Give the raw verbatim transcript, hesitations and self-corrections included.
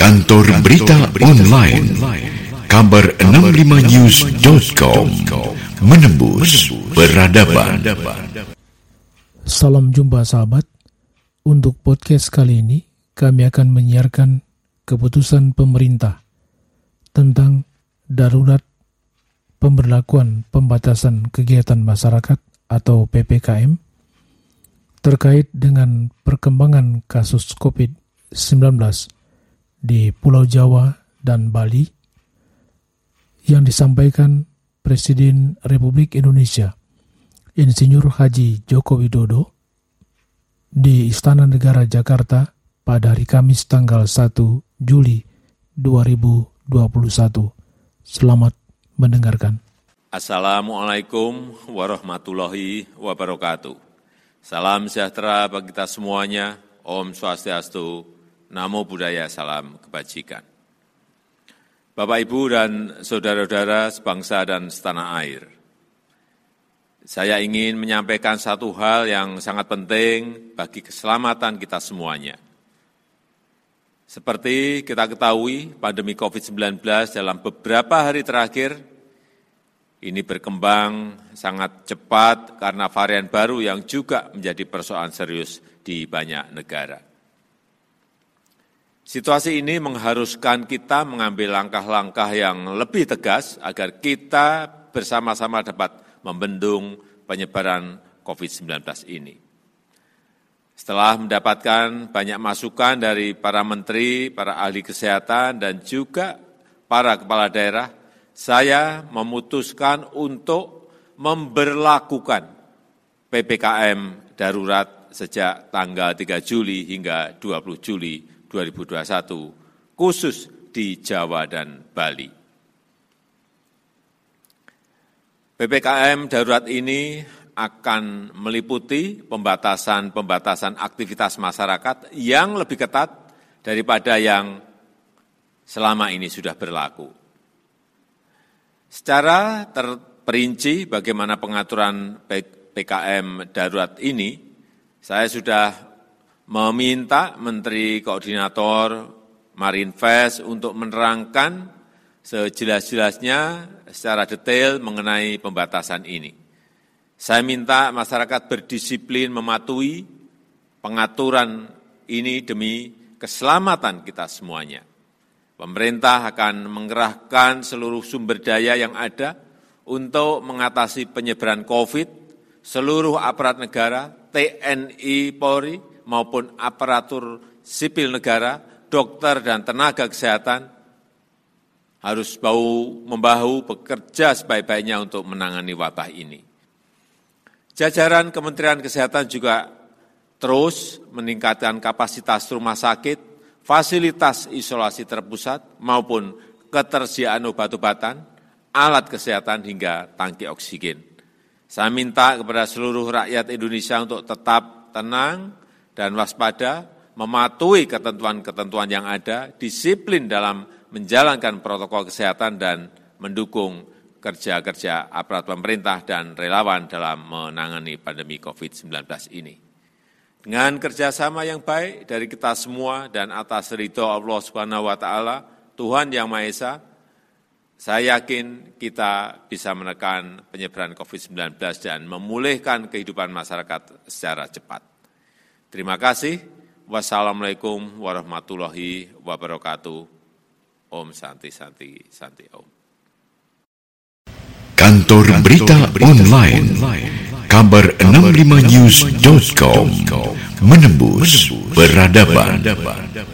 Kantor Berita Online kabar enam puluh lima news dot com menembus peradaban. Salam jumpa sahabat. Untuk podcast kali ini kami akan menyiarkan keputusan pemerintah tentang darurat pemberlakuan pembatasan kegiatan masyarakat atau P P K M terkait dengan perkembangan kasus covid sembilan belas di Pulau Jawa dan Bali yang disampaikan Presiden Republik Indonesia Insinyur Haji Joko Widodo di Istana Negara Jakarta pada hari Kamis tanggal satu Juli dua ribu dua puluh satu. Selamat mendengarkan. Assalamualaikum warahmatullahi wabarakatuh. Salam sejahtera bagi kita semuanya. Om Swastiastu, Namo Buddhaya, salam kebajikan. Bapak, Ibu, dan saudara-saudara sebangsa dan setanah air, saya ingin menyampaikan satu hal yang sangat penting bagi keselamatan kita semuanya. Seperti kita ketahui, pandemi covid sembilan belas dalam beberapa hari terakhir ini berkembang sangat cepat karena varian baru yang juga menjadi persoalan serius di banyak negara. Situasi ini mengharuskan kita mengambil langkah-langkah yang lebih tegas agar kita bersama-sama dapat membendung penyebaran covid sembilan belas ini. Setelah mendapatkan banyak masukan dari para menteri, para ahli kesehatan, dan juga para kepala daerah, saya memutuskan untuk memberlakukan P P K M darurat sejak tanggal tiga Juli hingga dua puluh Juli dua ribu dua puluh satu, khusus di Jawa dan Bali. P P K M darurat ini akan meliputi pembatasan-pembatasan aktivitas masyarakat yang lebih ketat daripada yang selama ini sudah berlaku. Secara terperinci bagaimana pengaturan P K M darurat ini, saya sudah meminta Menteri Koordinator Marinvest untuk menerangkan sejelas-jelasnya secara detail mengenai pembatasan ini. Saya minta masyarakat berdisiplin mematuhi pengaturan ini demi keselamatan kita semuanya. Pemerintah akan mengerahkan seluruh sumber daya yang ada untuk mengatasi penyebaran COVID, seluruh aparat negara, T N I, Polri, maupun aparatur sipil negara, dokter dan tenaga kesehatan harus bahu-membahu bekerja sebaik-baiknya untuk menangani wabah ini. Jajaran Kementerian Kesehatan juga terus meningkatkan kapasitas rumah sakit, fasilitas isolasi terpusat, maupun ketersediaan obat-obatan, alat kesehatan hingga tangki oksigen. Saya minta kepada seluruh rakyat Indonesia untuk tetap tenang dan waspada, mematuhi ketentuan-ketentuan yang ada, disiplin dalam menjalankan protokol kesehatan, dan mendukung kerja-kerja aparat pemerintah dan relawan dalam menangani pandemi covid sembilan belas ini. Dengan kerjasama yang baik dari kita semua dan atas ridho Allah Subhanahu wa Ta'ala, Tuhan Yang Maha Esa, saya yakin kita bisa menekan penyebaran covid sembilan belas dan memulihkan kehidupan masyarakat secara cepat. Terima kasih. Wassalamualaikum warahmatullahi wabarakatuh. Om Santi Santi Santi Om. Kantor Berita Online kabar enam puluh lima news dot com menembus peradaban.